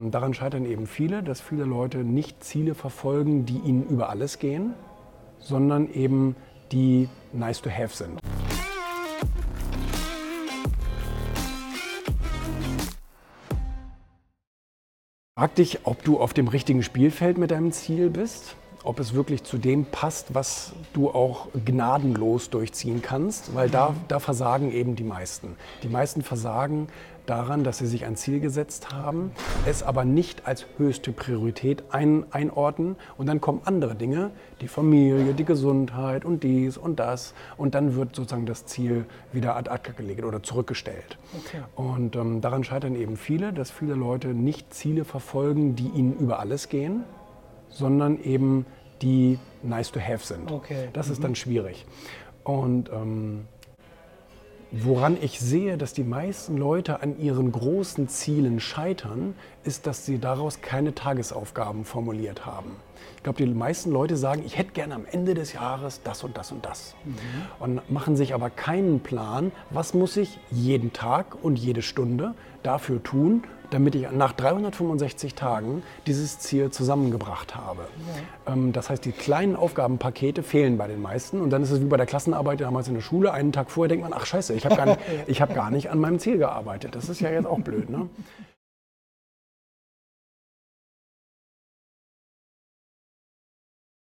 Daran scheitern eben viele, dass viele Leute nicht Ziele verfolgen, die ihnen über alles gehen, sondern eben die nice to have sind. Frag dich, ob du auf dem richtigen Spielfeld mit deinem Ziel bist, ob es wirklich zu dem passt, was du auch gnadenlos durchziehen kannst, weil da versagen eben die meisten. Die meisten versagen daran, dass sie sich ein Ziel gesetzt haben, es aber nicht als höchste Priorität einordnen und dann kommen andere Dinge, die Familie, die Gesundheit und dies und das und dann wird sozusagen das Ziel wieder ad acta gelegt oder zurückgestellt. Okay. Und daran scheitern eben viele, dass viele Leute nicht Ziele verfolgen, die ihnen über alles gehen, sondern eben die nice to have sind. Okay. Das ist dann schwierig. Und woran ich sehe, dass die meisten Leute an ihren großen Zielen scheitern, ist, dass sie daraus keine Tagesaufgaben formuliert haben. Ich glaube, die meisten Leute sagen, ich hätte gerne am Ende des Jahres das und das und das. Und machen sich aber keinen Plan, was muss ich jeden Tag und jede Stunde dafür tun, damit ich nach 365 Tagen dieses Ziel zusammengebracht habe. Ja. Das heißt, die kleinen Aufgabenpakete fehlen bei den meisten. Und dann ist es wie bei der Klassenarbeit damals in der Schule. Einen Tag vorher denkt man, ach scheiße, ich habe gar nicht an meinem Ziel gearbeitet. Das ist ja jetzt auch blöd, ne?